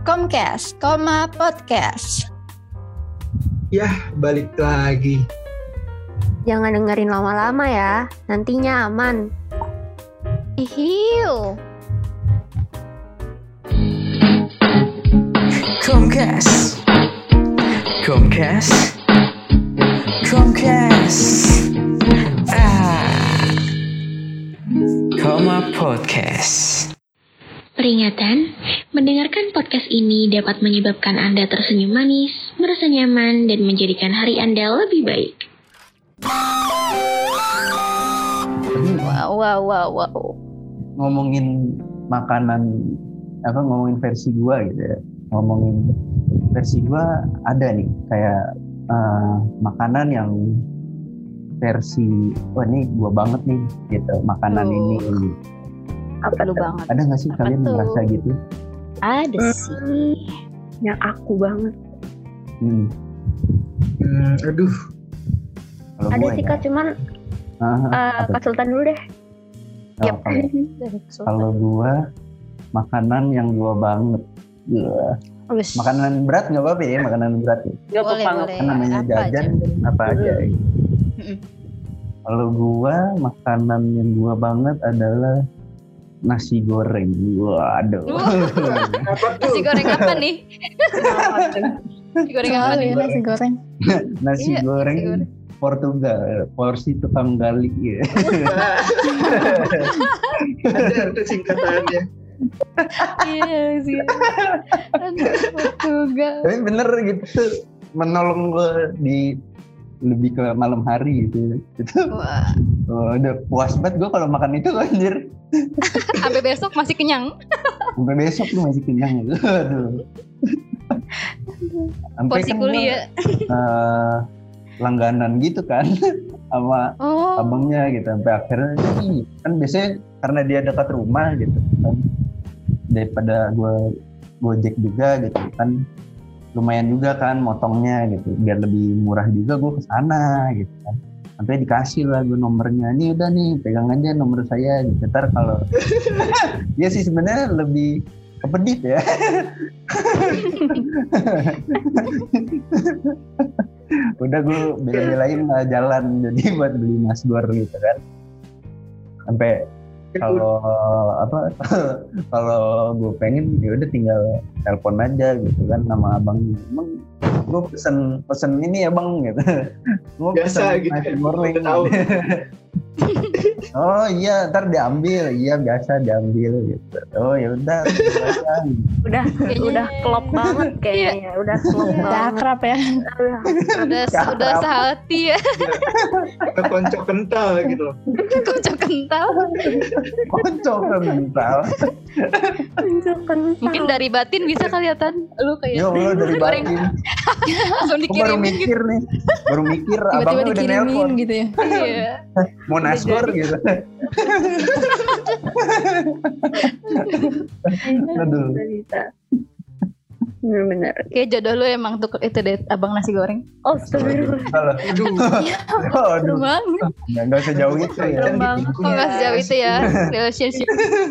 Komcast, Podcast. Yah, balik lagi. Jangan dengerin lama-lama ya, nantinya aman. Ihiu. Komcast. Koma Podcast. Peringatan, mendengarkan podcast ini dapat menyebabkan Anda tersenyum manis, merasa nyaman, dan menjadikan hari Anda lebih baik. Wow. Ngomongin makanan, ngomongin versi gua gitu ya. Ngomongin versi gua ada nih, kayak makanan yang versi, wah ini gua banget nih gitu, makanan ini. Apa Lu tuh? banget. Ada nggak sih Apa kalian tuh? merasa gitu? Ada sih. Yang aku banget. Aduh, Kalau Ada gua sih ya. Kak, cuman Apa? Kak Sultan dulu deh. Oh, kalau gua makanan yang gua banget. Makanan berat nggak apa-apa ya, makanan berat ya. Gak Boleh. Kan namanya Apa jajan aja? apa aja. Gitu. Mm-mm. Kalau gua makanan yang gua banget adalah nasi goreng. Waduh. apa Nasi tuh? goreng apa nih? Nasi goreng apa nih? nasi goreng. Nasi Iya, goreng nasi goreng. Portugal, porsi tukang gali ya. Ada tuh singkatannya. Iya sih. Portugal. Tapi bener gitu, menolong gua di lebih ke malam hari gitu. Wah, Udah puas banget gua kalau makan itu anjir. sampai besok masih kenyang. Sampai besok tuh masih kenyang gitu. Aduh. Sampai Porsi kan gua, kuliah. langganan gitu kan sama Oh. abangnya gitu, sampai akhirnya kan biasanya karena dia dekat rumah gitu kan, daripada gue gojek juga gitu kan, lumayan juga kan motongnya gitu, biar lebih murah juga gue kesana gitu kan, sampai dikasih lah gue nomornya, nih udah nih pegang aja nomor saya gitu, ntar kalau dia sih sebenarnya lebih kepedit ya. Udah gue bela-belain lah jalan jadi buat beli nasi goreng gitu kan, sampai kalau kalau gue pengen ya udah tinggal telepon aja gitu kan nama abangnya, emang gue pesen ini ya bang gitu, gue Biasa pesen gitu nasi ya, goreng. udah tahu. Oh iya ntar diambil, iya biasa diambil gitu. Oh ya udah Udah klop banget kayaknya. Udah klop banget. Akrab ya. Udah sehati ya. Ke konco kental gitu loh. Kocok kental. kocok mental. Mungkin dari batin bisa kelihatan. Lu kayak Ya Allah dari goreng. batin. Langsung Aku baru dikirimin gitu. mikir nih, baru mikir abangnya udah nelpon gitu ya. Iya. mau nasgor gitu. Aduh. Bener-bener. Kayak jodoh lu emang tuh itu deh abang nasi goreng. Oh, astagfirullah. Salah. Aduh. banget. Nggak sejauh itu ya. Serem banget. Kok nggak sejauh itu ya relationship.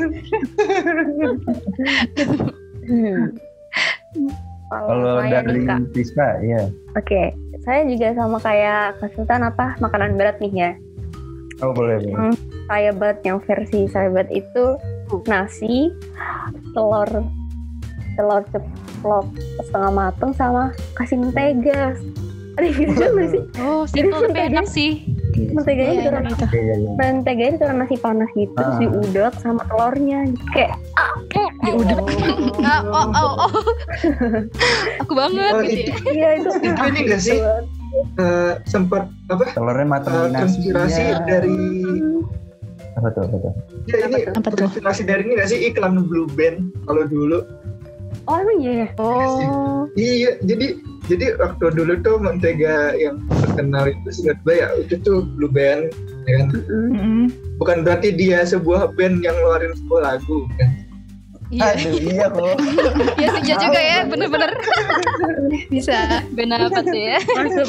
Kalau saya dari nih, Kak. Priska, ya. Oke, saya juga sama kayak Kak Sultan, makanan berat nih ya. Oh boleh. Saya banget yang versi saya banget itu nasi, telur ceplok setengah mateng sama kasih mentega. Ada bisa nggak sih? Oh, simple tapi enak sih. Menteganya Iya, ditaruh, enak itu. menteganya ditaruh nasi panas gitu, terus diudek sama telurnya, kayak Diudek. Oh. Aku banget Oh, gitu ya. iya itu. Itu ini nggak sih? Sempat apa? Telurnya mateng Terinspirasi dari apa tuh? ya ini Apa tuh? terinspirasi dari ini nggak sih iklan Blue Band kalau dulu? Oh emang iya ya. Oh. Iya, jadi waktu dulu tuh mentega yang terkenal itu seingat gue ya itu tuh Blue Band, ya kan? Bukan berarti dia sebuah band yang ngeluarin sebuah lagu, kan? Iya. Aduh iya kok. Iya sih iya juga ya, bener-bener. Bisa. Benar apa tuh ya? Masuk.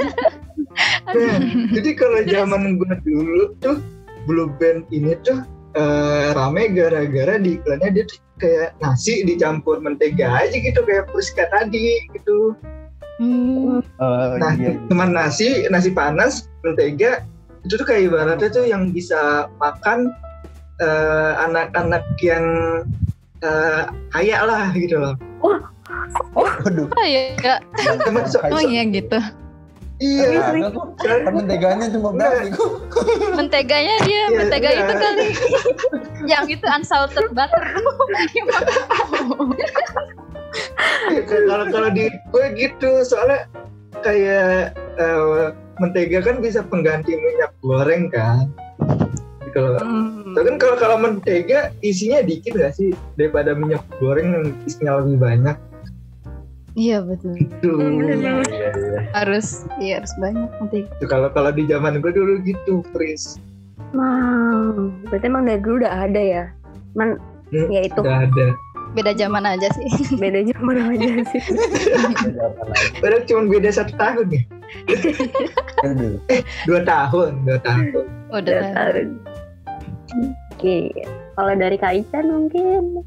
Jadi kalau zaman gue dulu tuh Blue Band ini tuh rame gara-gara di iklannya dia tuh kayak nasi dicampur mentega aja gitu kayak Priska tadi gitu. Nah, cuman nasi panas, mentega itu tuh kayak ibaratnya tuh yang bisa makan anak-anak yang kaya lah gitu loh. Waduh. Oh iya, emang iya gitu. Iya. Kan menteganya cuma berapa? Menteganya dia, Iya, mentega iya. itu kali. Yang itu unsalted butter. Kalau di gue gitu, soalnya kayak mentega kan bisa pengganti minyak goreng kan. Kalau kan kalau mentega isinya dikit gak sih daripada minyak goreng yang isinya lebih banyak. Iya betul. Gitu. Harus banyak mentega. Kalau di zaman gue dulu gitu, Pris. Wow, berarti emang dari dulu udah ada ya? Ya itu Udah ada. Beda zaman aja sih. beda zaman aja sih. Padahal cuma beda 1 tahun ya. 2 tahun. Udah. Oke, kalau dari Kak Ican mungkin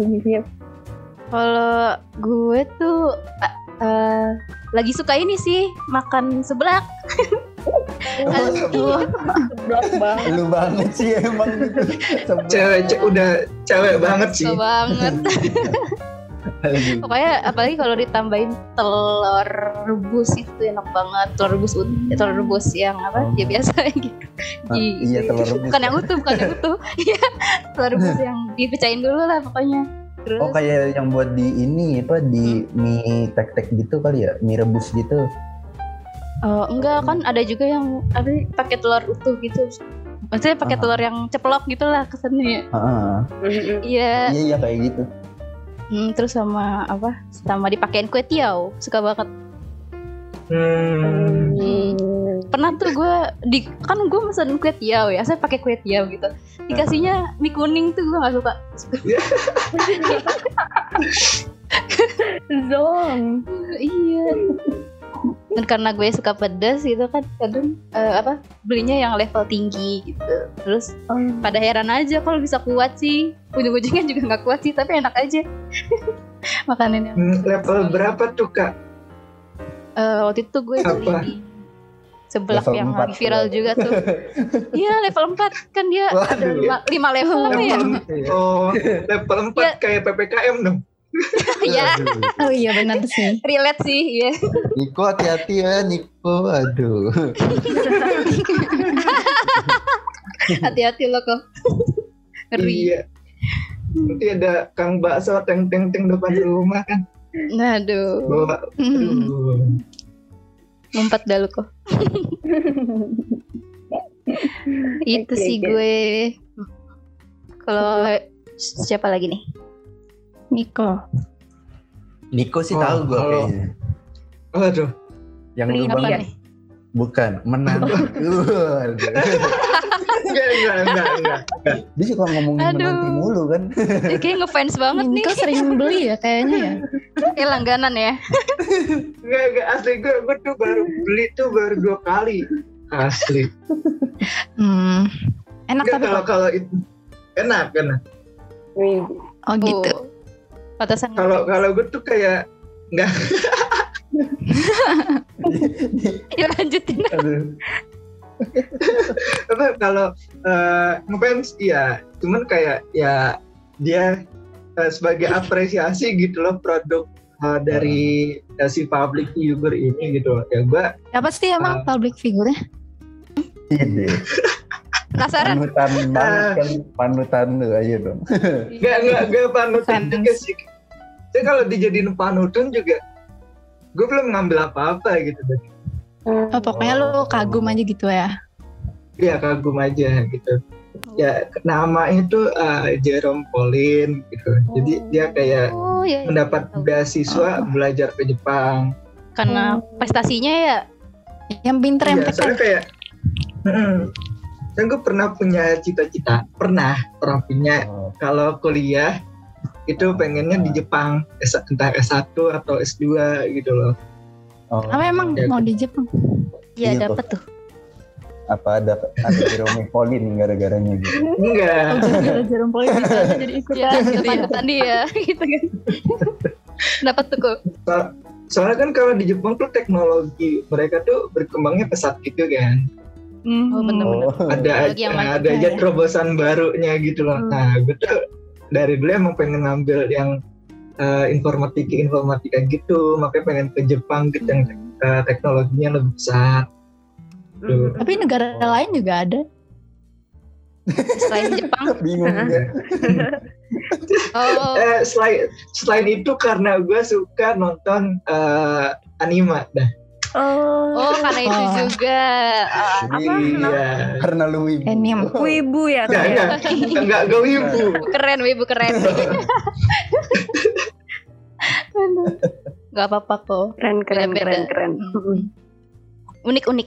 Kalau gue tuh lagi suka ini sih, makan seblak. Aduh. Lu banget sih emang gitu. Cewek banget sih. Suka banget. Pokoknya apalagi kalau ditambahin telur rebus itu enak banget. Telur rebus yang apa? Ya biasa gitu. Iya, telur rebus. Bukan yang utuh. Iya, telur rebus yang dipecahin dulu lah pokoknya. Terus, Oh kayak yang buat di ini apa di mie tek-tek gitu kali ya, mie rebus gitu. enggak kan ada juga yang apa pakai telur utuh gitu. Maksudnya pakai telur yang ceplok gitu lah kesannya. Iya. Iya kayak gitu. Terus sama apa? Sama dipakein kue tiaw, suka banget. Pernah tuh gue kan gue mesen kue tiaw ya, saya pakai kue tiaw gitu. Dikasihnya mie kuning tuh gue nggak suka. Zong. Iya. Dan karena gue suka pedas gitu kan, kadang belinya yang level tinggi gitu. Terus pada heran aja kalau bisa kuat sih. Ujung-ujungnya juga nggak kuat sih, tapi enak aja. Makanannya. Level berapa tuh Kak? Waktu itu gue beli di seblak Level yang 4 viral juga tuh. Iya level 4 kan dia ada 5 level apa ya? Oh, level 4 kayak PPKM dong. Iya. Oh iya benar sih. Relate sih, iya. Niko hati-hati ya Niko, aduh. Hati-hati lo kok. Ngeri. Iya. Nanti ada Kang Bakso teng-teng-teng depan rumah kan. Aduh. Bawa. Ngumpet dah lo kok. Itu sih gue. Kalau siapa lagi nih? Niko sih tahu gue kayaknya. Aduh. Yang lu Apa banget. nih? Bukan, menantu. Enggak. Dia suka ngomongin Aduh. menantu mulu kan. Dia kayak ngefans banget nih. Niko sering beli ya kayaknya ya. Kayak langganan ya. Enggak asli gue tuh baru beli tuh baru 2 kali. Asli. Enak Enggak, tapi kalau itu enak. oh gitu. Batasan. Kalau gue tuh kayak enggak. Ya lanjutin. Aduh. Apa kalau ngefans iya, cuman kayak ya dia sebagai apresiasi gitu loh produk dari si public figure ini gitu loh. Ya gue Apa sih emang public figure-nya? Ide. Penasaran? Panutan banget kan, panutan lu aja dong. Enggak panutan juga sih. Jadi kalau dijadiin panutan juga gue belum ngambil apa-apa gitu. Oh, pokoknya lu kagum aja gitu ya. Iya kagum aja gitu. Ya nama itu Jerome Pauline gitu. Jadi dia kayak iya. mendapat beasiswa belajar ke Jepang. Karena prestasinya ya. Yang pinter yang Iya, pinter. soalnya kayak kan gue pernah punya cita-cita, pernah punya kalau kuliah itu pengennya di Jepang, entah S1 atau S2 gitu loh. Oh. Apa emang Ya, mau di Jepang? Iya Iya, dapet tuh. Apa ada Jerome Pauline gara-garanya gitu? Enggak. Jerome Pauline bisa aja jadi ikutan dia gitu kan. Dapat tuh kok. Soalnya kan kalau di Jepang tuh teknologi mereka tuh berkembangnya pesat gitu kan. Oh benar-benar. Ada aja terobosan barunya gitu loh. Nah gue tuh dari dulu emang pengen ngambil yang informatika gitu, makanya pengen ke Jepang gitu yang teknologinya lebih besar. Tapi negara lain juga ada. Selain Jepang. Bingung ya. Selain itu karena gue suka nonton anime dah. Oh karena itu juga. Karena lu wibu. Wibu ya. Enggak wibu. Wibu keren. Gak apa-apa kok. Keren. Unik.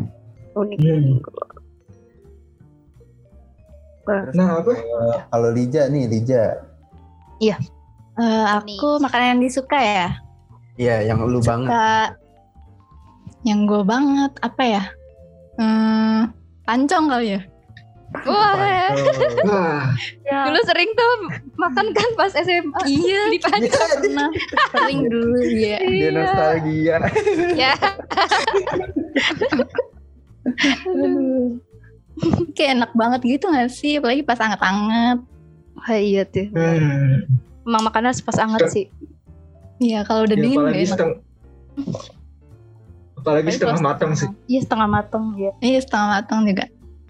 Nah apa? Kalau Lija. Iya. Aku makanan yang disuka ya. Iya, yang lu banget. Yang gue banget apa ya? Pancong kali ya. Wah. Ya. Dulu sering tuh makan kan pas SMA. Iya. Di Pancong. Pernah sering dulu ya. Dia nostalgia. Ya. Kayak enak banget gitu gak sih? Apalagi pas anget-anget. Oh, iya tuh. Emang makanan pas anget sih. Iya kalau udah dingin gak enak. Apalagi setengah matang sih. Iya setengah matang ya. Iya setengah matang juga.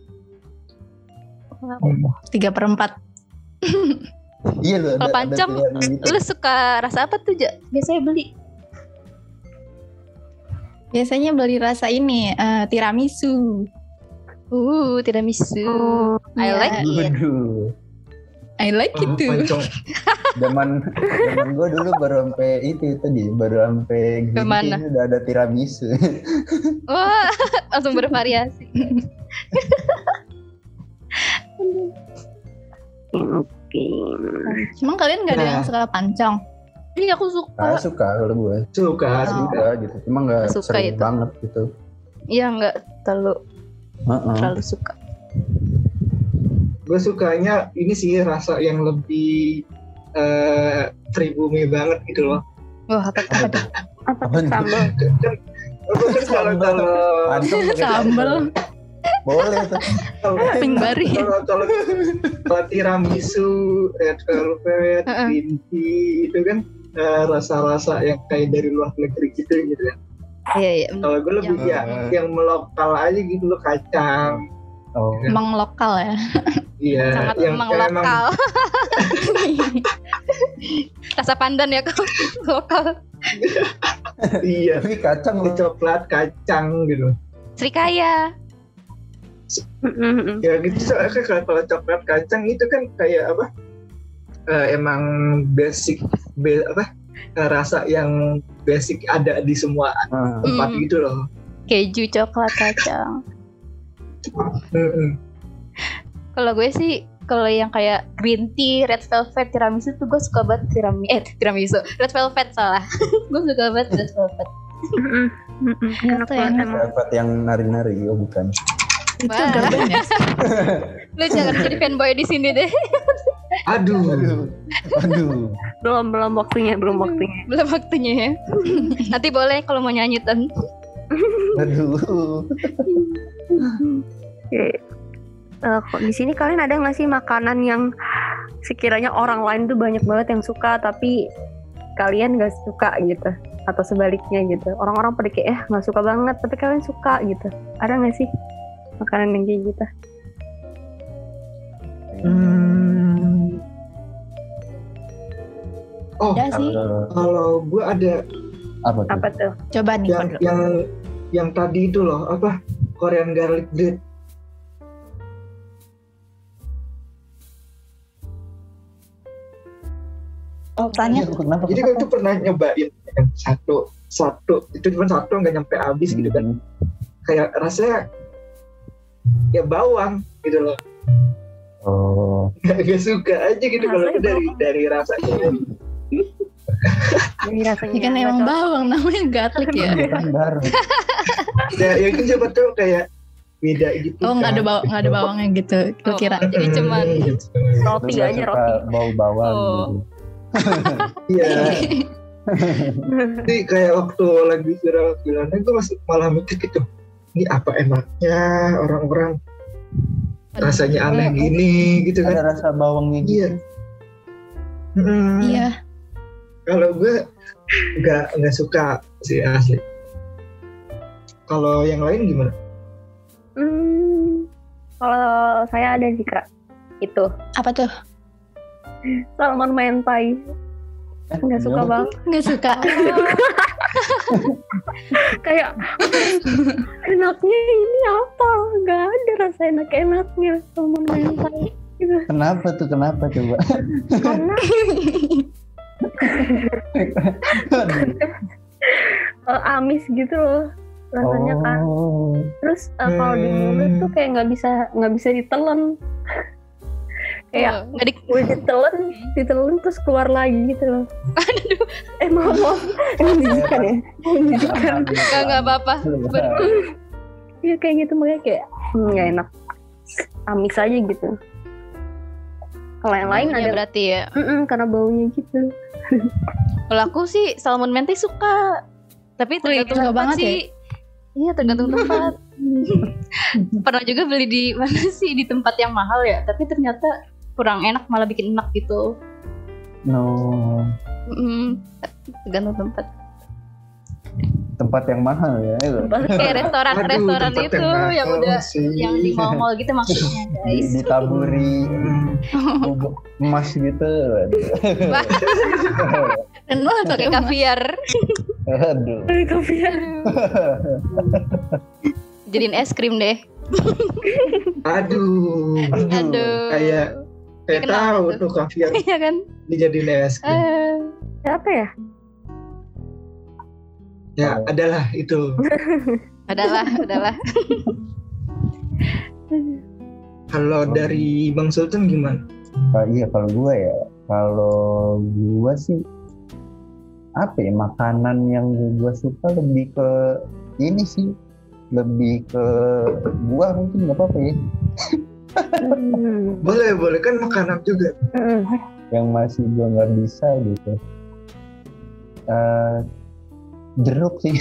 3/4. Iya lu. Kalau pancong, lu suka rasa apa tuh Ja? Biasanya beli? Biasanya beli rasa ini tiramisu. Tiramisu. I like it. I like it too. Pancong. Zaman gue dulu baru sampai gini udah ada tiramisu. Wah, langsung bervariasi. Emang kalian gak ada yang suka pancong? Iya aku suka. Suka kalau gue. Suka gitu. Cuma nggak sering itu banget gitu. Iya nggak terlalu suka. Gue sukanya ini sih rasa yang lebih pribumi banget gitu loh. Wah apa tuh? Sambal. Boleh tuh. Kalau tiramisu, red velvet, green tea itu kan rasa-rasa yang kayak dari luar negeri gitu kan. Iya. Kalau gue lebih yang melokal aja gitu loh, kacang. Emang lokal ya? Iya. Sangat emang lokal. Rasa pandan ya kau lokal. Iya. Tapi kacang coklat kacang gitu. Srikaya. Ya gitu soalnya kalau coklat kacang itu kan kayak apa? Emang basic rasa yang basic ada di semua tempat gitu loh. Keju coklat kacang. Kalau gue sih kalau yang kayak green tea, red velvet, tiramisu tuh gue suka banget tiramisu, red velvet salah. Gue suka banget red velvet. Red velvet yang nari-nari bukan. Itu garban ya. Lu jangan jadi fanboy di sini deh. Aduh. Belum waktunya. Belum waktunya ya. Nanti boleh kalau mau nyanyi Tan. Aduh. Kok di sini kalian ada nggak sih makanan yang sekiranya orang lain tuh banyak banget yang suka tapi kalian nggak suka gitu, atau sebaliknya gitu? Orang-orang pada kayak nggak suka banget tapi kalian suka gitu. Ada nggak sih makanan yang kayak gitu? Oh, ada sih. Kalau gue ada. Apa tuh? Coba nih. Yang tadi itu loh, apa? Korean garlic bread. Tanya. Jadi gue tuh pernah nyobain satu itu cuma satu nggak nyampe habis gitu kan. Kayak rasanya ya bawang gitu loh. Gak suka aja gitu kalau dari rasanya. Ini rasanya kan emang bawang namanya garlic ya. Ya itu siapa tuh kayak beda gitu. Oh, nggak ada bawangnya gitu. Gue kira. Jadi cuman Roti aja roti. Bau bawang gitu. Iya. Jadi kayak waktu lagi viral-viralnya gue malah mikir gitu, ini apa enaknya orang-orang rasanya aneh gini gitu kan. Ada rasa bawangnya gitu. Iya. Iya. Kalau gue nggak suka sih asli. Kalau yang lain gimana? Kalau saya ada sih Kak, itu Apa tuh? salmon mentai. Nggak suka banget. Nggak suka. Kayak enaknya ini apa? Nggak ada rasa enak-enaknya salmon mentai. Gitu. Kenapa coba? Karena amis gitu loh rasanya kan. Terus kalau di mulut tuh kayak nggak bisa ditelan. Kayak udah ditelan terus keluar lagi gitu loh. Aduh. Maaf. Menjijikan ya. Menjijikan. Nggak apa-apa. Iya kayak gitu, makanya kayak nggak enak. Amis aja gitu. Kalau yang lain ada berarti ya. Karena baunya gitu. Kalau aku sih salmon mentai suka. Tapi tergantung suka tempat banget sih. Ya? Iya, tergantung tempat. Pernah juga beli di mana sih, di tempat yang mahal ya, tapi ternyata kurang enak, malah bikin enak gitu. No. Tergantung tempat yang mahal ya. Kayak restoran itu yang udah yang di mall-mall gitu maksudnya guys. Ditaburi bubuk emas gitu. Dan malah pakai kaviar. Aduh. Kaviar. Jadiin es krim deh. Aduh. Kayak tahu tuh kaviar. Iya kan? Dijadiin es krim. Apa ya? Ya, adalah itu. Adalah. Kalau dari Bang Sultan gimana? Iya, kalau gua sih apa ya, makanan yang gua suka lebih ke ini sih, lebih ke buah mungkin, nggak apa-apa ya. Boleh kan makanan juga. Yang masih gua nggak bisa gitu. Jeruk sih.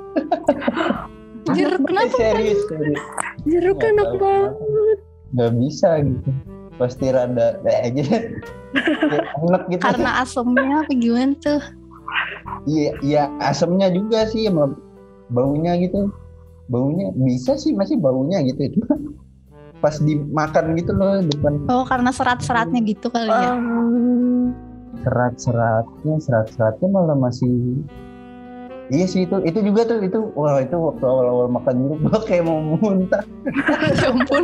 Jeruk kenapa? Serius. Jeruk enak banget. Gak bisa gitu. Pasti rada aja. Enak gitu. Karena asamnya apa gimana tuh? Iya asamnya juga sih, sama baunya gitu. Baunya bisa sih, masih baunya gitu itu. Pas dimakan gitu loh depan. Oh, karena serat-seratnya gitu kali ya. Serat-seratnya malah masih. Iya sih itu juga tuh itu waktu awal-awal makan jeruk gua kayak mau muntah. Ya ampun.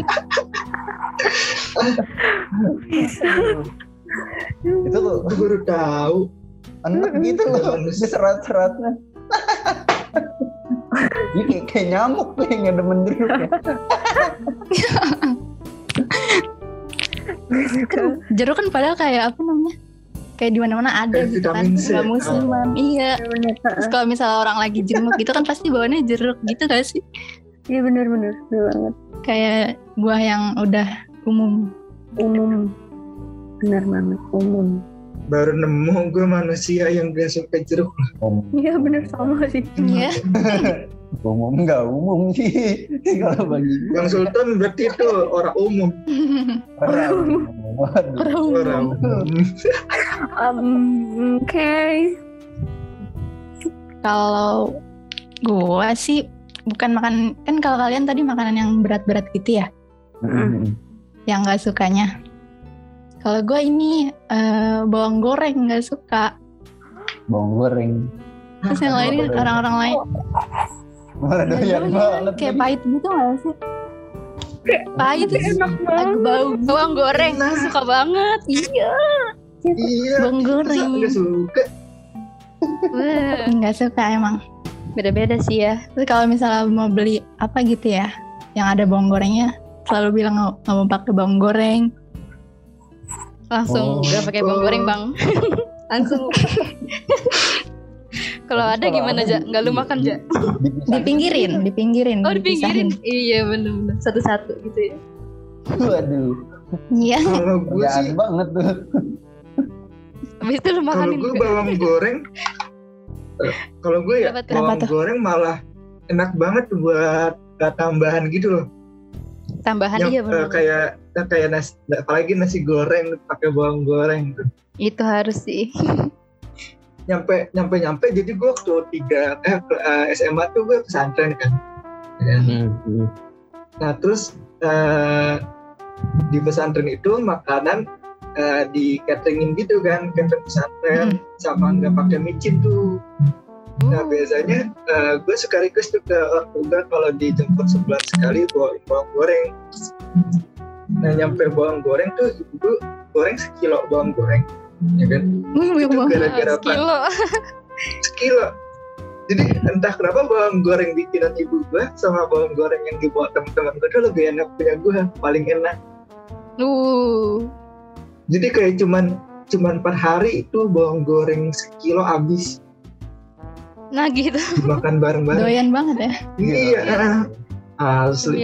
Itu baru tahu. Enak gitu loh, serat-seratnya. Ini kayak nyamuk tuh yang nggak demen jeruk ya. Jeruk kan padahal kayak apa namanya? Kayak di mana-mana ada gitu kan, nggak musiman. Iya. Terus kalau misalnya orang lagi jenguk gitu kan pasti bawaannya jeruk gitu gak sih? Iya benar banget. Kayak buah yang udah umum. Benar banget, umum. Baru nemu gue manusia yang gak suka jeruk. Iya benar, sama sih. Iya. Umum nggak umum sih kalau bagi Bang Sultan berarti itu orang umum. Orang umum. Oke. Kalau gua sih bukan makan, kan kalau kalian tadi makanan yang berat-berat gitu ya, yang nggak sukanya. Kalau gua ini bawang goreng nggak suka. Bawang goreng. Terus yang lain orang-orang lain. Malah doyan banget. Kayak pahit gitu gak sih? Pahit enak banget. Bawang goreng suka banget. Iya. Bawang goreng. Gak suka. Nggak suka emang. Beda-beda sih ya. Terus kalau misalnya mau beli apa gitu ya, yang ada bawang gorengnya, selalu bilang nggak mau pakai bawang goreng. Langsung nggak pakai bawang goreng bang. Langsung. Kalau ada gimana aja? Nggak lu makan aja? Dipinggirin. Oh dipinggirin? Iya benar-benar satu-satu gitu ya. Waduh. Iya. Kalau gue sih banget tuh. Habis itu lu kalau makanin gue juga. bawang goreng, kalau gue ya Kenapa tuh? bawang goreng malah enak banget buat tambahan gitu loh. Tambahan iya benar. Kayak nasi, apalagi nasi goreng pakai bawang goreng tuh. Itu harus sih. Nyampe jadi gue waktu SMA tuh gue pesantren kan. Nah terus di pesantren itu makanan di cateringin gitu kan, catering pesantren sama nggak pakai micin tuh. Nah biasanya gue suka request tuh ke orang tua kalau dijemput sebulan sekali bawain bawang goreng. Nah nyampe bawang goreng tuh ibu goreng sekilo bawang goreng, ya kan? Itu gara-gara sekilo. Jadi entah kenapa bawang goreng bikinan ibu gue sama bawang goreng yang dibawa teman-teman gue tuh lebih enak punya gue, paling enak. Jadi kayak cuman per hari itu bawang goreng sekilo habis. Nah gitu. Makan bareng-bareng. Doyan banget ya. Iya. Asli.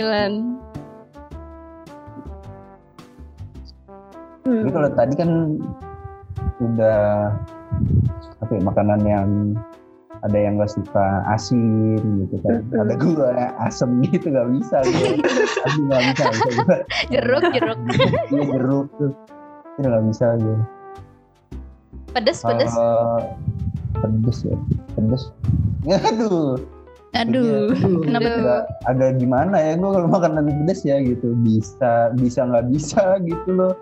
Tapi kalau tadi kan udah makanan yang ada yang nggak suka asin gitu kan, ada gula asam gitu nggak bisa gitu. Asin nggak bisa jeruk iya jeruk tuh itu nggak bisa gitu. Pedes ya aduh kenapa tuh? Agak gimana ya gue kalau makan nasi pedes ya gitu, bisa nggak bisa gitu loh.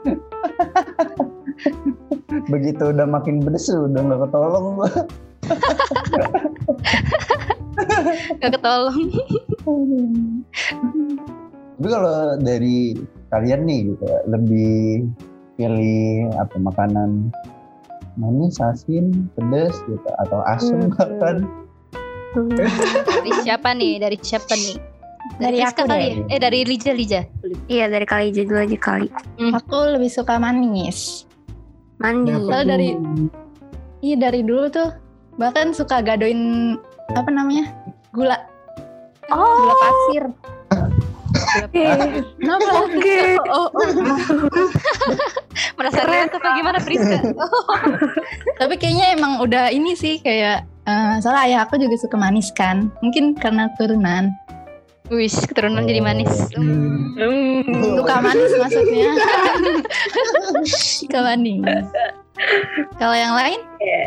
Begitu udah makin pedes udah nggak ketolong gue. Gak ketolong. Tapi kalau dari kalian nih gitu, lebih pilih apa makanan manis, asin, pedas gitu atau asam bahkan? Dari siapa nih? Dari aku kali ya? Dari Lija. Iya dari kali aja dulu aja kali. Aku lebih suka manis. Kalau dari dulu tuh bahkan suka gadoin apa namanya gula pasir. Kenapa? Merasa lihat apa gimana Priska? Tapi kayaknya emang udah ini sih kayak soalnya ayah aku juga suka manis kan, mungkin karena turunan. Wih, keturunan jadi manis. Suka manis maksudnya. Suka manis. Kalau yang lain?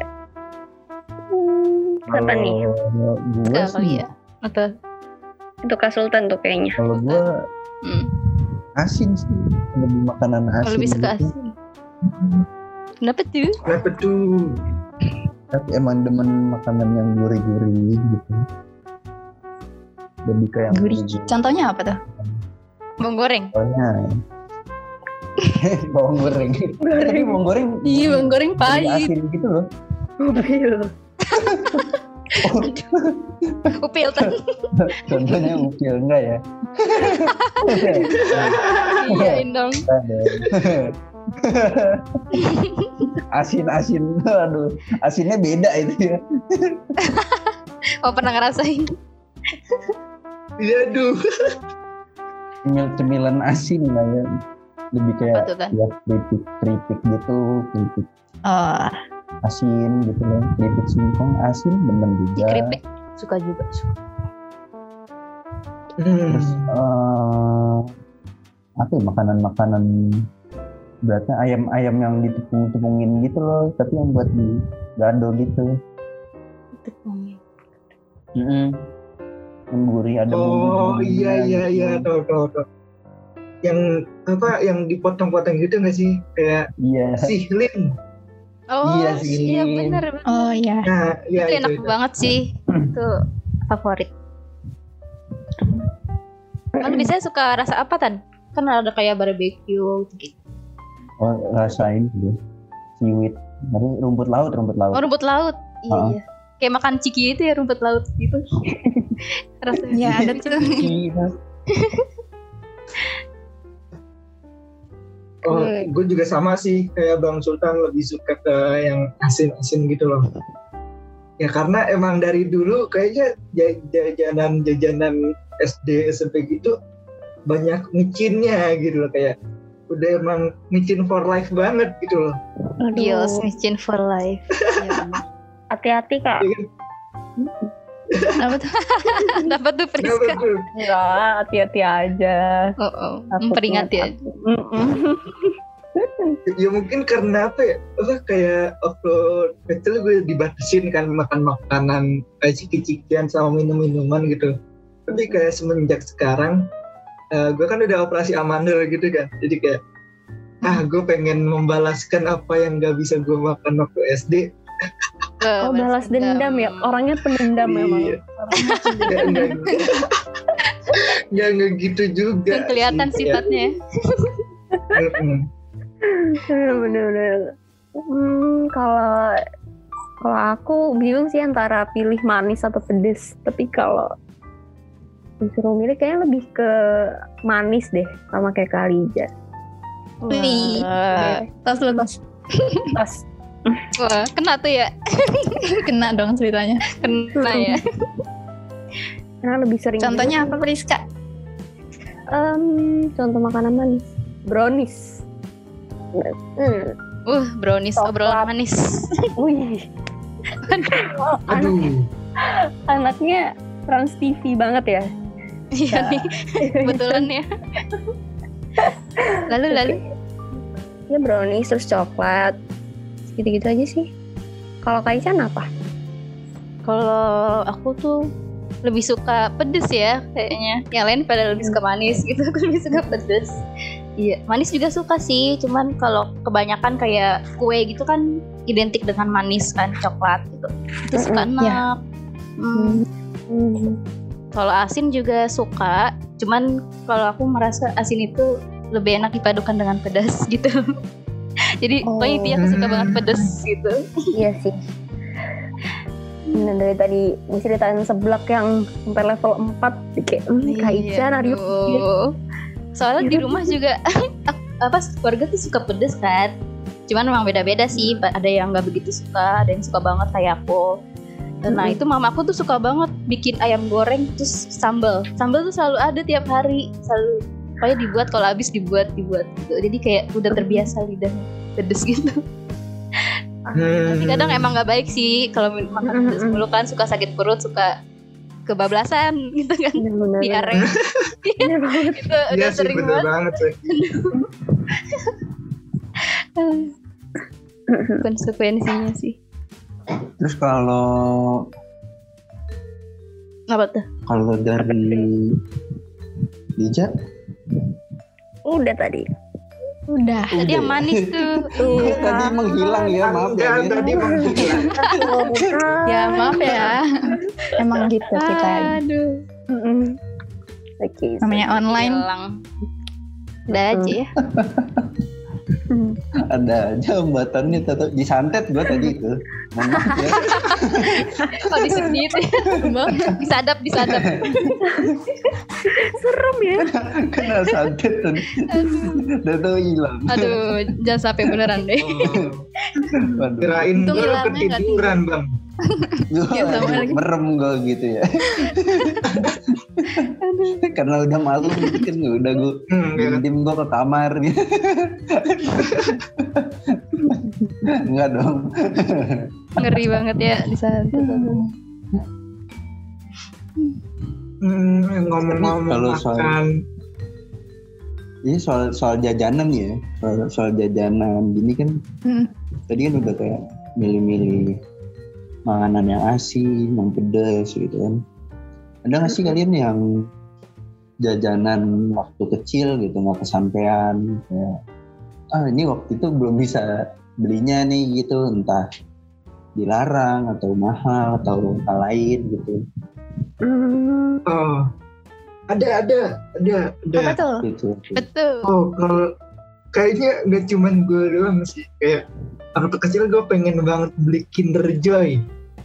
Apa nih? Gue sih Atau itu Kak Sultan tuh kayaknya. kalau gue asin sih, lebih makanan asin. lebih suka gitu. asin. Kenapa tuh? Tapi emang demen makanan yang gurih-gurih gitu. Lebih kayak Gurih. Contohnya apa tuh? Bawang goreng. Contohnya bawang goreng. Tapi bawang goreng. Iya, bawang goreng pahit. Asin gitu loh. Upil tuh. Contohnya upil enggak ya? Iyain dong. Asin, aduh, asinnya beda itu ya. Oh pernah ngerasain? Iya aduh. Cemilan asin lah ya, lebih kayak ya keripik gitu, keripik asin gitu loh, keripik singkong asin demen juga. Keripik suka juga. Terus apa ya, makanan beratnya ayam yang ditepung-tepungin gitu loh, tapi yang buat di gado gitu. Tepungin. Yang gurih ada bumbu. Oh iya tahu. Yang apa yang dipotong-potong gitu nggak sih, kayak sihlin. Oh iya benar. Oh iya. Nah, itu enak banget sih. Itu favorit. Kan biasanya suka rasa apa Tan? Kan ada kayak barbecue gitu. Oh rasain tuh seaweed, dari rumput laut. Oh rumput laut, iya. Kayak makan ciki itu ya, rumput laut gitu. Rasanya. Ya ada tuh. Oh, gue juga sama sih kayak Bang Sultan, lebih suka ke yang asin-asin gitu loh. Ya karena emang dari dulu kayaknya jajanan SD SMP gitu banyak micinnya gitu loh, kayak udah emang micin for life banget gitu loh. Gils, micin for life. Ya, hati-hati Kak. Apa tuh Priska? Enggak, hati-hati aja. Memperingati aja. Ya mungkin karena apa ya, kayak waktu kecil gue dibatasin kan makan makanan kayak ciki-cikian sama minum-minuman gitu. Tapi kayak semenjak sekarang gue kan udah operasi amandel gitu kan, jadi kayak gue pengen membalaskan apa yang gak bisa gue makan waktu SD. Balas dendam ya, orangnya pendendam memang. Nggak gitu juga. Kelihatan sih, sifatnya. Bener-bener. Kalau aku bingung sih antara pilih manis atau pedes. Tapi kalau disuruh milih kayaknya lebih ke manis deh, sama kayak Kak Lija. Tas. Wah, kena tuh ya. Kena dong ceritanya. Kena ya. Karena lebih sering. Contohnya apa Priska? Contoh makanan manis, brownies. Brownies, obrolan manis. Wih. Aduh. Anaknya Trans TV banget ya. Iya nih, kebetulan ya. Lalu. Ya brownies terus coklat, gitu-gitu aja sih. Kalau Kak Ican apa? Kalau aku tuh lebih suka pedes ya kayaknya. Yang lain pada lebih suka manis gitu. Aku lebih suka pedes. Iya, manis juga suka sih. Cuman kalau kebanyakan kayak kue gitu kan identik dengan manis kan, coklat gitu. Itu suka enak. Kalau asin juga suka. Cuman kalau aku merasa asin itu lebih enak dipadukan dengan pedas gitu. Jadi pokoknya intinya aku suka banget pedas gitu. Iya sih. Nah, dari tadi ceritain seblak yang sampai level 4 kayak Kak Ican hari soalnya di rumah juga keluarga tuh suka pedas kan. Cuman memang beda-beda sih. Ada yang nggak begitu suka, ada yang suka banget kayak aku. Nah itu mamaku tuh suka banget bikin ayam goreng terus sambal tuh selalu ada tiap hari, selalu pokoknya dibuat, kalau habis dibuat gitu. Jadi kayak udah terbiasa lidah pedes gitu. Tapi kadang emang nggak baik sih kalau makan pedes mulu kan, suka sakit perut, suka kebablasan gitu kan, diare. Itu udah sering banget sih. Konsekuensinya sih. Terus kalau apa tuh? Kalau dari Lija? Udah tadi. Udah. Tadi yang manis tuh. Tadi menghilang ya, maaf ya. Tadi menghilang. Ya maaf ya. Emang gitu kita. Aduh. Namanya online. Hilang. Udah aja ya. Ada aja hambatannya, disantet gue tadi itu. Maaf ya. Kok disedih itu ya? Disadap. Serem ya. Kena santet tadi. Udah tau hilang. Aduh, jangan sampai beneran deh. Kirain gue ketiduran bang. Merem gue gitu ya. Karena udah malu kan, udah gue diem gue ke kamar gitu. Enggak dong. Ngeri banget ya di sana. Ngomong-ngomong kalau makan. Ini soal jajanan ya, soal jajanan gini kan. Tadi kan udah kayak milih-milih makanan yang asin, yang pedas gitu kan. Ada nggak sih kalian yang jajanan waktu kecil gitu nggak kesampean, kayak ini waktu itu belum bisa belinya nih gitu, entah dilarang atau mahal atau hal lain gitu. Ada. Apa tuh? Gitu. Betul. Kalau kayaknya nggak cuman gue doang sih, kayak waktu kecil gue pengen banget beli Kinder Joy.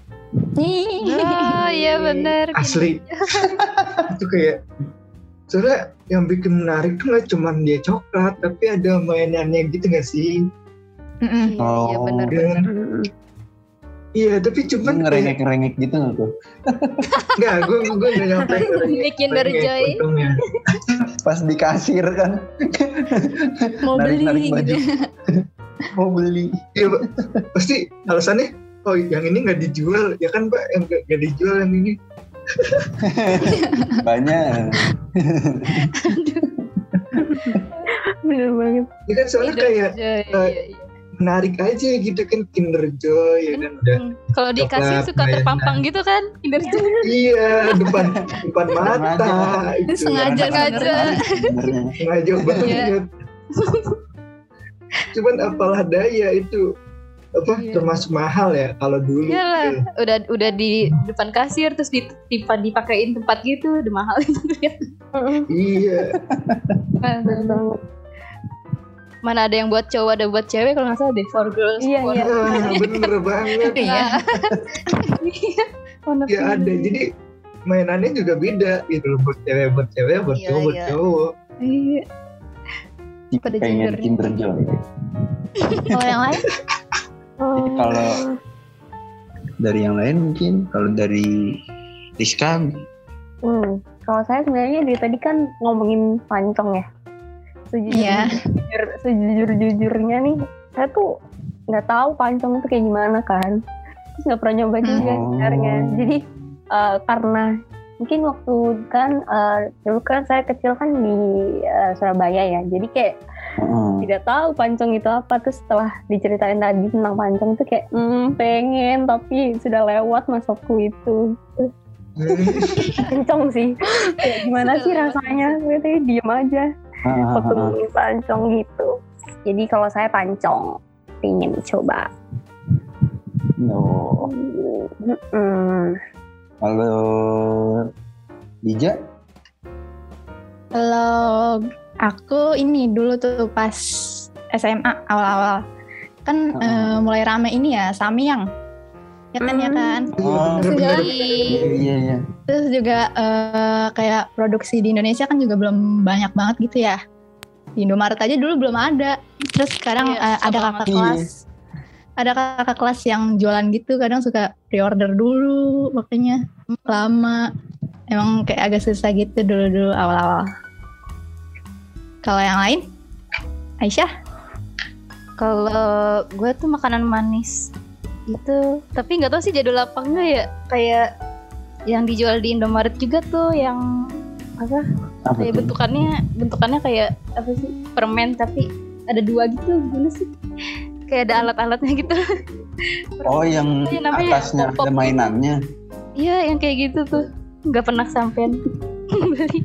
Oh iya benar. Asli. Itu kayak, soalnya yang bikin menarik tuh nggak cuma dia coklat, tapi ada mainannya gitu nggak sih? Iya benar. Iya, tapi cuman ngerengek gitu nggak tuh? Enggak, gue nggak nyampe ngerengek. Kinder Joy. Untungnya. Pas di kasir kan. Mau beli baju. gitu. Mau beli. Iya, pasti alasannya, oh yang ini nggak dijual, ya kan Pak, yang nggak dijual yang ini. Banyak. Bener banget. Ya kan soalnya kayak menarik aja gitu kan, Kinder Joy ya kan udah. Kalau dikasih suka terpampang gitu kan Kinder Joy. Iya, depan mata. Sengaja. Sengaja banget. Cuman apalah daya itu termasuk mahal ya kalau dulu. Iyalah, udah di depan kasir terus dipakein tempat gitu, udah mahal itu ya. Iya. Bener banget. Mana ada yang buat cowok, ada buat cewek, kalau nggak salah deh, for girls. Iya. Bener banget. Iya. Ya ada, jadi mainannya juga beda gitu loh, buat cewek, buat cowok, buat cowok. Iya. Pada Pengen Kinder Joy. Kalau yang lain? Kalau dari yang lain mungkin, kalau dari Rizka. Kalau saya sebenarnya dari tadi kan ngomongin pancong ya. Sejujur-jujurnya nih, saya tuh nggak tahu pancong itu kayak gimana kan, terus nggak pernah nyoba juga sebenarnya. Jadi karena mungkin waktu kan dulu kan saya kecil kan di Surabaya ya, jadi kayak tidak tahu pancong itu apa. Terus setelah diceritain tadi tentang pancong tuh kayak pengen, tapi sudah lewat masaku itu. Pancong sih, kayak gimana sih rasanya? Berarti diem aja. Waktu pancong gitu. Jadi kalau saya pancong pengen coba. No. Kalau Dija? Kalau aku ini dulu tuh pas SMA awal-awal kan mulai rame ini ya Samyang. Ya kan? Iya. Terus juga kayak produksi di Indonesia kan juga belum banyak banget gitu ya. Di Indomaret aja dulu belum ada. Terus sekarang ada kakak kelas. Ada kakak kelas yang jualan gitu, kadang suka pre-order dulu, makanya lama. Emang kayak agak susah gitu dulu awal-awal. Kalau yang lain? Aisyah? Kalau gue tuh makanan manis itu, tapi nggak tahu sih jadul apa enggak ya, kayak yang dijual di Indomaret juga tuh, yang apa kayak bentukannya kayak apa sih, permen tapi ada dua gitu, gimana sih, kayak ada alat-alatnya gitu. Oh, yang atasnya ada mainannya. Iya, yang kayak gitu tuh, nggak pernah sampean beli.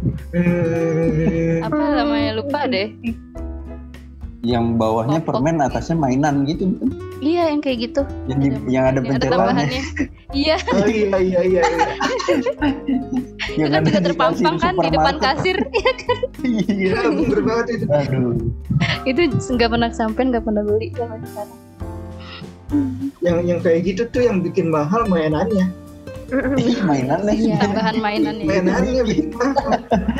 Apa namanya, lupa deh. Yang bawahnya permen, atasnya mainan gitu. Iya, yang kayak gitu. Yang ada bencelannya. Iya. Oh iya. Itu kan juga terpampang kan di depan kasir. Iya, bener banget itu. Aduh. Itu nggak pernah sampean, nggak pernah beli sampai sekarang. Yang kayak gitu tuh yang bikin mahal mainannya. Mainannya. Iya, tambahan mainannya. Mainannya bikin mahal.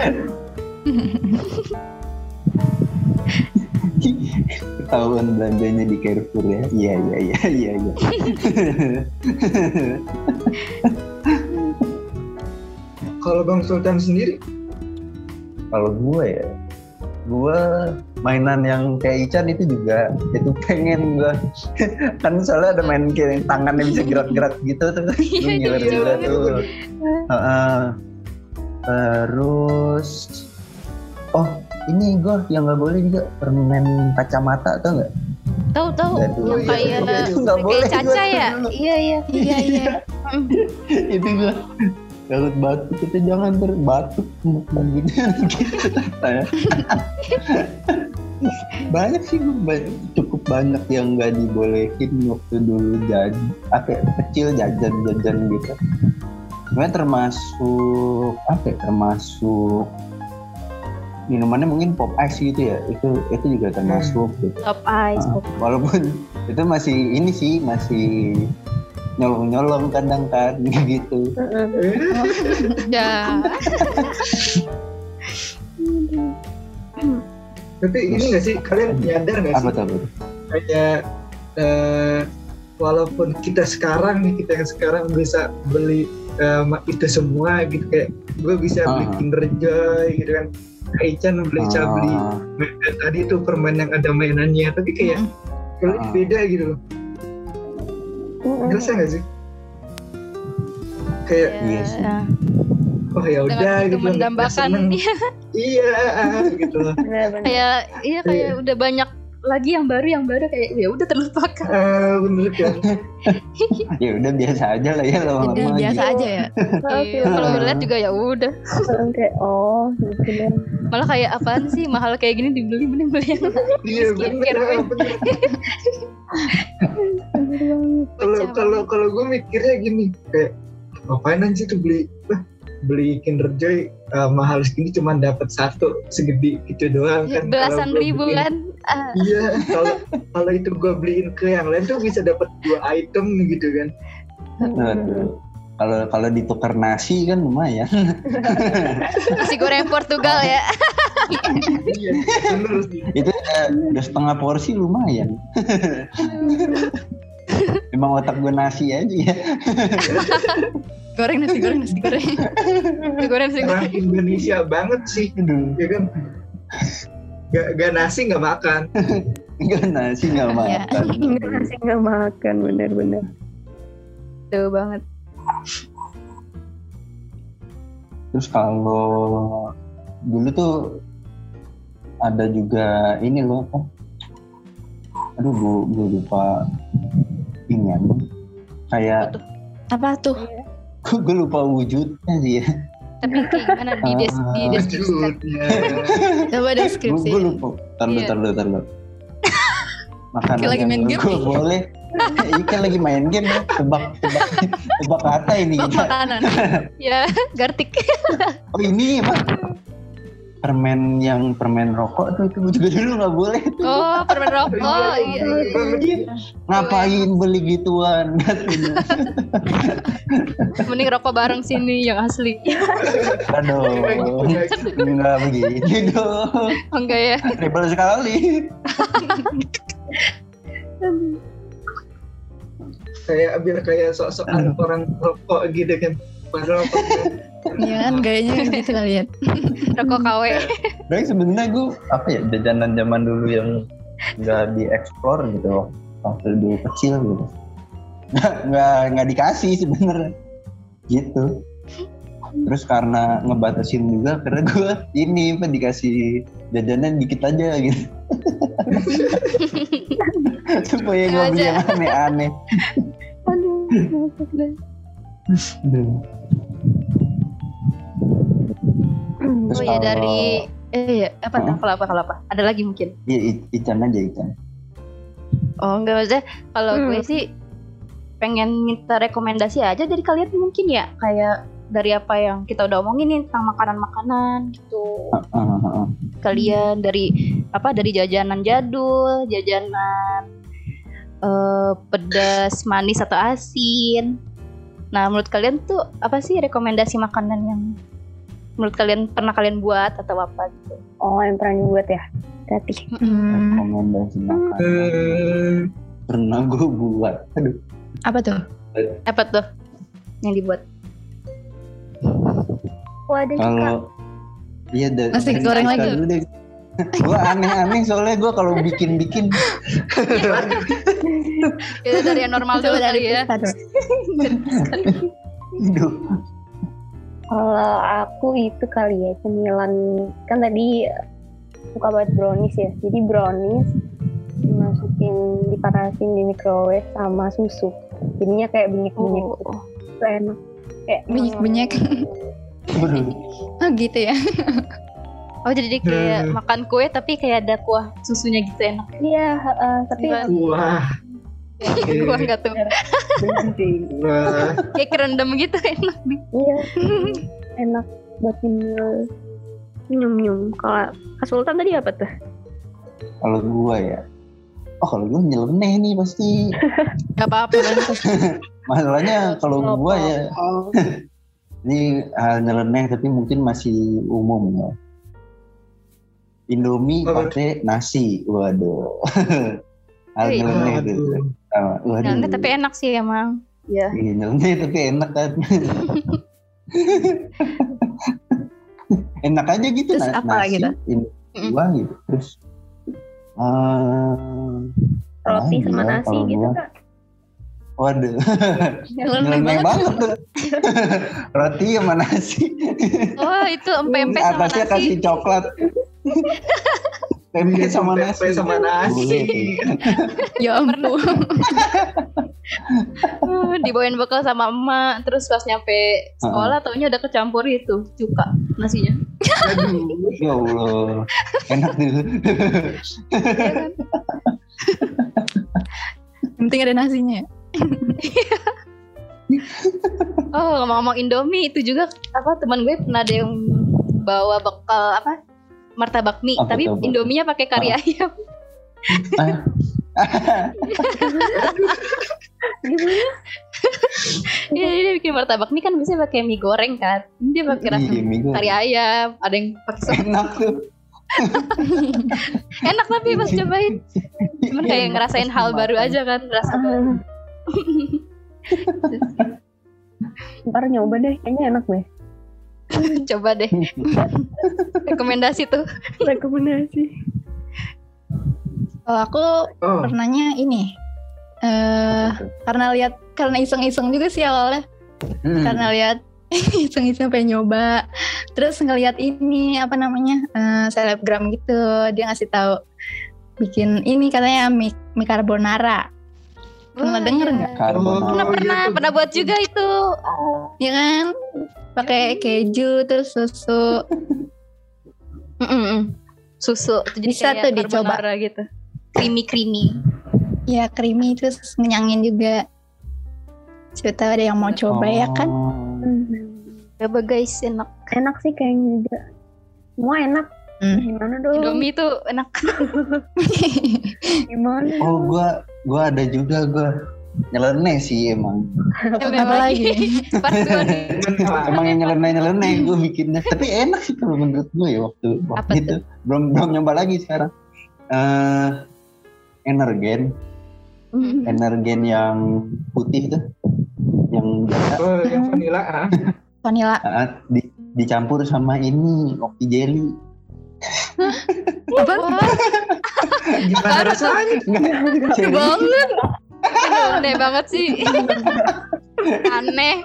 Ketahuan belanjanya di Carrefour ya. Iya. Kalau Bang Sultan sendiri? Kalau gue mainan yang kayak Ican itu juga, itu pengen gue. Kan soalnya ada main kayak tangannya bisa gerak-gerak gitu tuh. Ngiler-ngiler tuh. Terus ini gue yang nggak boleh juga, permen kacamata, tau nggak? Tahu yang kayak Caca ya. Iya. Itu gue takut batuk, itu jangan batuk begini gitu. Banyak sih, cukup banyak yang nggak dibolehin waktu dulu kecil, jajan gitu. Sebenarnya termasuk minumannya mungkin pop ice gitu ya, itu juga termasuk gitu. Pop ice. Walaupun itu masih nyolong kadang kan gitu. Ya. Tapi ini nggak sih, kalian nyadar nggak sih? Apa tuh? Kayak walaupun kita yang sekarang bisa beli itu semua gitu, kayak gue bisa beli Kinder Joy gitu kan, Ican bisa beli tadi itu permen yang ada mainannya, tapi kayak beda gitu loh. Ngerasa nggak sih? Kayak oh ya udah gitu, mendambakan iya gitu loh. kayak udah banyak lagi yang baru kayak ya udah terlupakan. Bener kan. Ya udah biasa aja lah ya lama-lama. Udah biasa aja ya. Kalau lihat juga ya udah. Kayak gitu deh. Malah kayak apaan sih mahal kayak gini dibeli, mending beli yang Iya bener. Kalau gue mikirnya gini, kayak ngapain sih tuh beli Kinder Joy mahal segini cuma dapat satu segede gitu doang kan, belasan ribu kan. Iya, kalau itu gue beliin ke yang lain tuh bisa dapat 2 item gitu kan. Kalau ditukar nasi kan lumayan. Nasi goreng Portugal ya. Iya, bener sih. Itu udah setengah porsi lumayan. Emang otak gue nasi aja ya. Nasi goreng. Orang Indonesia banget sih, ya kan? Gak nasi nggak makan. Gak nasi nggak makan, bener. Tuh banget. Terus kalau dulu tuh ada juga ini loh apa? Aduh, gue lupa ini kayak apa tuh? Gue lupa wujudnya sih ya. Tapi kayak gimana di deskripsikan? Coba deskripsi. Gue lupa. Taruh. Makanan lagi main game. Gue boleh. Ikan lagi main game ya. Tebak kata ini kita. Makanan. Ya, Gartik. Oh ini Pak. Permen rokok tuh itu juga dulu nggak boleh tuh. Oh, permen rokok. Iya. Ngapain beli gituan? Mending rokok bareng sini yang asli. Aduh, nggak begitu dong. Enggak ya? Rebel sekali. Kayak sok-sokan orang rokok gitu kan. Padahal Iya kan gayanya gitu kali ya. Rokok KW. Tapi sebenarnya gue jajanan zaman dulu yang nggak dieksplor gitu waktu dulu kecil gitu. Nggak dikasih sebenarnya gitu. Terus karena ngebatasin juga, karena gue dikasih jajanan dikit aja gitu. Supaya nggak beli yang aneh-aneh. Aduh. Oh ya dari kalau apa? Ada lagi mungkin? Iya, Ican aja. Oh enggak, maksudnya kalau gue sih pengen minta rekomendasi aja dari kalian mungkin ya, kayak dari apa yang kita udah omongin nih tentang makanan-makanan gitu. Kalian dari jajanan jadul, jajanan pedas, manis atau asin. Nah, menurut kalian tuh apa sih rekomendasi makanan yang menurut kalian pernah kalian buat atau apa gitu? Oh, yang pernah dibuat ya? Berarti. Rekomendasi makanan. Pernah gue buat. Aduh. Apa tuh yang dibuat? Ada kalau iya nasi goreng lagi. Gue aneh-aneh soalnya gue kalau bikin Itu dari yang normal dulu dari ya. Kalau aku itu kali ya cemilan, kan tadi suka banget brownies ya. Jadi brownies dipanasin di microwave sama susu. Jadinya kayak benyek-benyek gitu. Itu enak. Kayak benyek-benyek. Oh gitu ya. Oh jadi kayak makan kue tapi kayak ada kuah susunya gitu, enak. Iya, tapi wah. Gua enggak tuh. Bener sih. Kayak kerendam gitu, enak nih. Iya. Enak buat nyum. Kalau Kak Sultan tadi apa tuh? Kalau gua ya. Kalau gua nyeleneh nih pasti. Gak apa-apa. Masalahnya kalau gua ya. Ini hal nyeleneh tapi mungkin masih umum ya. Indomie pakai nasi, waduh. Hal nyeleneh gitu. Nyeleneh tapi enak sih emang. Iya. Nyeleneh tapi enak kan. Enak aja gitu. Terus apa nasi, gitu? Dua gitu. Terus roti sama nasi gitu Kak. Waduh, nyeleneh banget tuh. Roti sama nasi. Oh itu empe-empe sama Atasnya nasi. kasih coklat. Tempe sama nasi. Ya ampun. Dibawain bekal sama emak. Terus pas nyampe sekolah taunya udah kecampur itu cuka nasinya. Ya Allah, enak tuh. Yang penting ada nasinya. Oh ngomong-ngomong Indomie itu juga apa teman gue pernah ada yang bawa bekal apa martabak mie Apa tapi tuh, apa? Indominya pakai kari ayam. Iya dia bikin martabak mie kan biasanya pakai mie goreng kan. Ini dia pakai rasa kari ayam. Ada yang pakai sop. Enak tuh. Enak tapi pas cobain. Cuman kayak ngerasain hal baru aja kan rasa baru. Ntar nyoba deh, kayaknya enak deh. Coba deh. Rekomendasi tuh. Rekomendasi. Kalau aku pernahnya ini karena iseng-iseng juga sih awalnya. Karena lihat iseng-iseng pengen nyoba. Terus ngelihat ini apa namanya selebgram gitu, dia ngasih tahu bikin ini katanya mie carbonara. Pernah denger nggak? Pernah buat juga itu. Ya kan, pakai keju terus susu. Susu. Jadi Bisa tuh dicoba gitu. Creamy. Ya creamy terus ngenyangin juga. Siapa tahu ada yang mau coba ya kan? Coba guys, enak sih kayaknya juga. Semua enak. Gimana dong? Indomie tuh enak. Gimana? Oh gua ada juga nyeleneh sih emang. Apa lagi? Emang yang nyeleneh gue bikinnya. Tapi enak sih kalau menurut gue ya waktu itu. Belum nyoba lagi sekarang. Energen yang putih tuh, yang biasa. Yang vanilla. Dicampur sama ini kopi jelly. Apa? Gimana rasanya? Banget. Aneh banget sih. Aneh.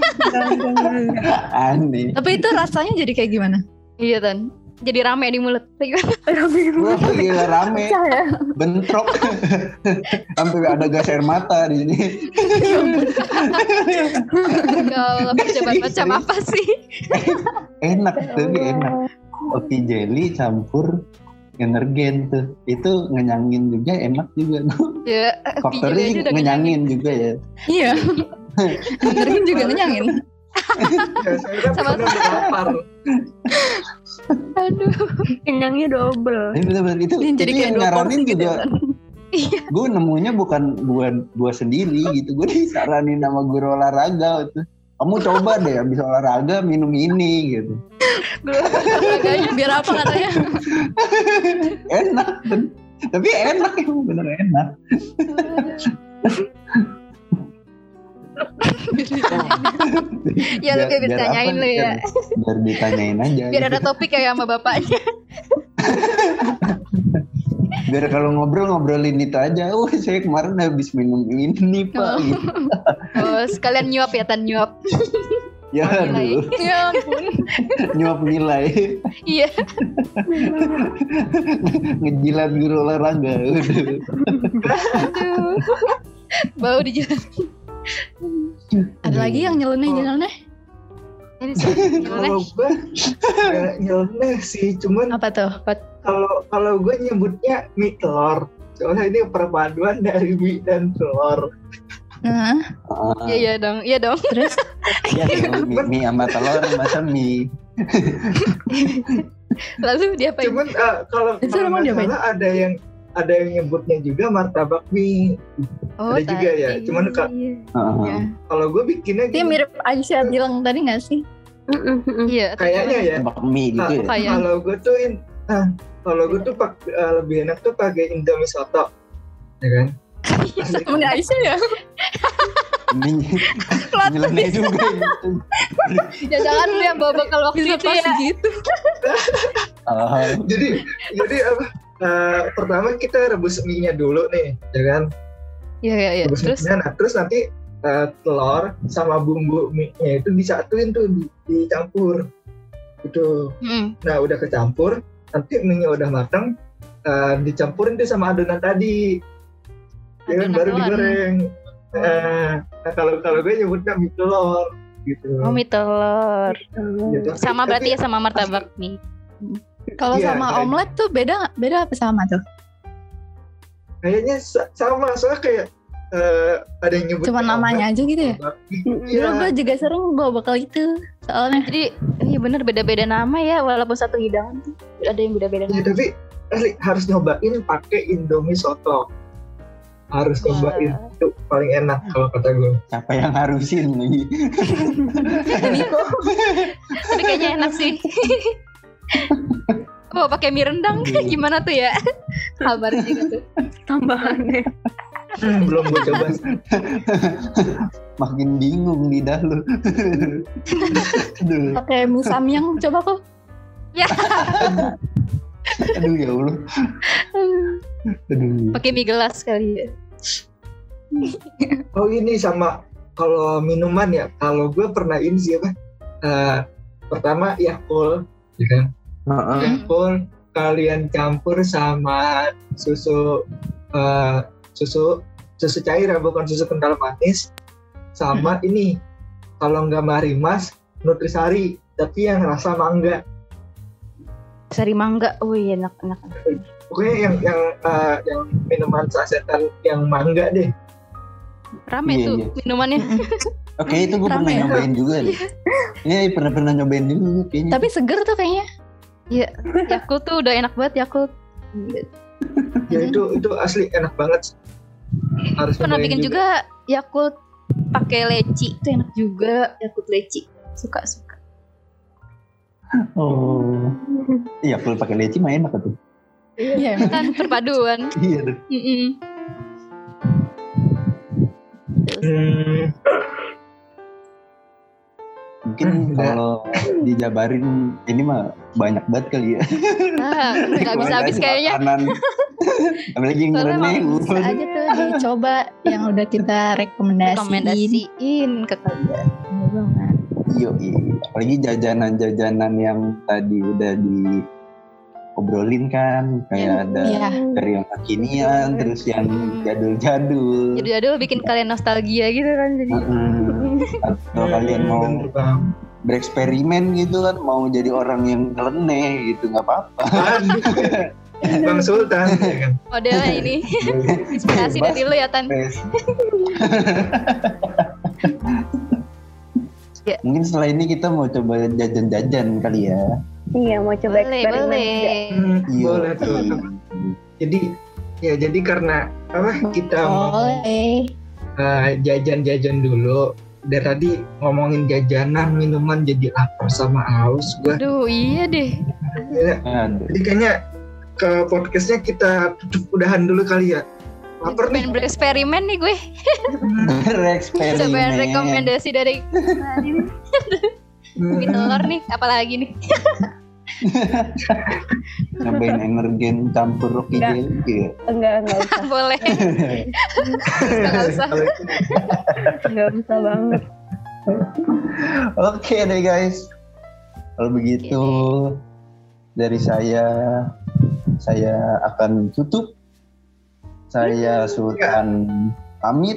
Tapi itu rasanya jadi kayak gimana? Iya Tan. Jadi rame di mulut. Wah, gila rame. Bentrok. Sampai ada gas air mata di sini. Kalau percobaan macam apa sih? Enak, tapi enak. Kopi jelly campur energen tuh. Itu ngenyangin juga, enak juga. Ya, faktornya ngenyangin juga ya. Iya. Energen juga ngenyangin. Sama lapar. Aduh, kenyangnya double. Bener-bener itu jadi kayak nyaranin gitu juga. Gue nemunya bukan gue sendiri gitu. Gue disaranin sama guru olahraga itu. Kamu coba deh habis olahraga minum ini gitu. olahraganya biar apa katanya? Enak, tapi enak emang bener enak. Ya lu kayak ditanyain lu ya. Biar ditanyain aja. Biar ada topik kayak sama bapaknya. Biar kalau ngobrolin itu aja. Oh saya kemarin habis minum ini Pak. Gitu. Oh sekalian nyuap ya Tan nyuap. Ya aduh. Ya ampun. Nyuap nilai. Iya. Ngejilat guru olahraga. Aduh. Bau dijilat. Ada lagi yang nyeleneh? Kalau gue nyeleneh sih, cuman Apa tuh? kalau gue nyebutnya mie telur. Soalnya ini perpaduan dari mie dan telur. Nah, Iya dong. terus Ya mie sama telur masa mie. Lalu diapain? Cuman kalau Itu emang nggak salah ada yang nyebutnya juga martabak mie. Oh, ada juga ya. Cuman kalau gue bikinnya dia mirip Aisyah bilang tadi nggak sih? Iya. kayaknya ya. Martabak mie gitu ya. Kayak. Kalau gue tuh lebih enak tuh pakai Indomie soto, ya kan? Temennya Aisyah ya? Ini nyeleneh juga gitu. Ya jangan lu yang bawa bekal waktu Bisa itu pas ya. gitu. Jadi apa? Pertama kita rebus mie-nya dulu nih, ya kan? Iya. Rebus Terus mie-nya, nah terus nanti telur sama bumbu mie-nya itu disatuin tuh, dicampur gitu. Nah udah kecampur, nanti mie-nya udah matang, dicampurin tuh sama adonan tadi, ya kan, baru digoreng. Nah kalau gue nyebutnya mie telur gitu. oh, mie telur. Gitu. Sama berarti ya sama martabak nih. Kalau Iya, sama kayak- omelet tuh beda apa sama tuh? Kayaknya sama, soalnya kayak ada yang nyebut Cuma namanya aja gitu ya? Dulu Iya. gue juga sering bawa bekal itu soalnya. Jadi ini bener beda-beda nama ya, walaupun satu hidangan tuh ada yang beda-beda Ya, nama. tapi asli harus nyobain pakai Indomie soto. Harus nyobain, itu paling enak kalau kata gue. Siapa yang harusin lagi? Tapi kayaknya enak sih. Oh, pakai mie rendang gimana tuh ya? Kabar juga tuh. Tambahannya. Belum gue coba. Makin bingung lidah lu. Aduh, Pakai mie samyang coba kok. aduh ya Allah. Aduh. Pakai mie gelas kali ya. Oh ini sama kalau minuman ya. Kalau gue pernah ini sih apa? Pertama Yakult, ya kan? Yakult kalian campur sama susu cair ya, bukan susu kental manis. Sama ini kalau nggak Marimas, Nutrisari, tapi yang rasa mangga. Sari mangga. Oh iya, enak. Pokoknya yang minuman sasetan yang mangga deh. Rame Iya, tuh iya. minumannya. Oke, itu gue pernah Rame ya? nyobain juga deh. Iya, pernah nyobain juga kayaknya. Tapi seger tuh kayaknya. Iya, Yakult tuh udah enak banget Yakult. Ya itu asli enak banget. Harus Pernah nyobain bikin juga Yakult pakai leci, itu enak juga Yakult leci. Suka. Oh. Iya, full pakai leci mah enak tuh. Iya. Kan perpaduan. Iya tuh. Mungkin kalau dijabarin ini mah banyak banget kali ya. Nggak bisa habis kayaknya. Makanan. Apalagi yang Soalnya nyeleneh. emang bisa aja tuh dicoba yang udah kita rekomendasiin. Rekomendasiin ke kalian. Bener banget. Iya. Apalagi jajanan-jajanan yang tadi udah diobrolin kan, kayak ada Iya. dari yang kekinian, terus yang jadul-jadul. Jadul bikin kalian nostalgia gitu kan jadi. Atau kalian mau Bener banget. bereksperimen gitu kan, mau jadi orang yang nyeleneh gitu, nggak apa-apa. Aduh. Bang Sultan ya kan. Modelnya ini inspirasi Bebas, dari lu ya Tan. bebas. Ya. Mungkin setelah ini kita mau coba jajan-jajan kali ya. Iya, mau coba eksperimen Boleh. juga. Iya. Boleh tuh. Jadi karena apa kita mau Boleh. jajan-jajan dulu. Dari tadi ngomongin jajanan, minuman, jadi lapar sama haus gue. Aduh iya deh. Aduh. Jadi kayaknya ke podcastnya kita tutup udahan dulu kali ya. Lapar nih. Pengen bereksperimen nih gue. Bereksperimen. Cobain rekomendasi dari mie telur nih, apalagi nih. Nyobain energen campur Rocky Enggak. Jelly ya. Enggak usah. Boleh. Nggak usah. Enggak usah banget. Oke deh guys. Kalau begitu dari saya akan tutup. Saya Sultan pamit.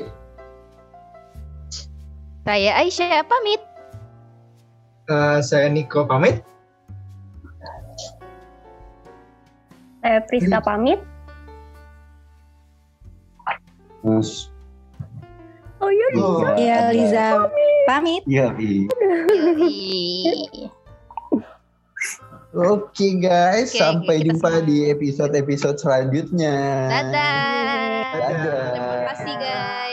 Saya Aisyah pamit. Saya Niko pamit. Saya Priska pamit. Terus Oh iya, Iya, Liza pamit. iya. Yoi. Oke guys, Oke, sampai kita jumpa semua. di episode selanjutnya. Dadah. Dadah. Terima kasih guys.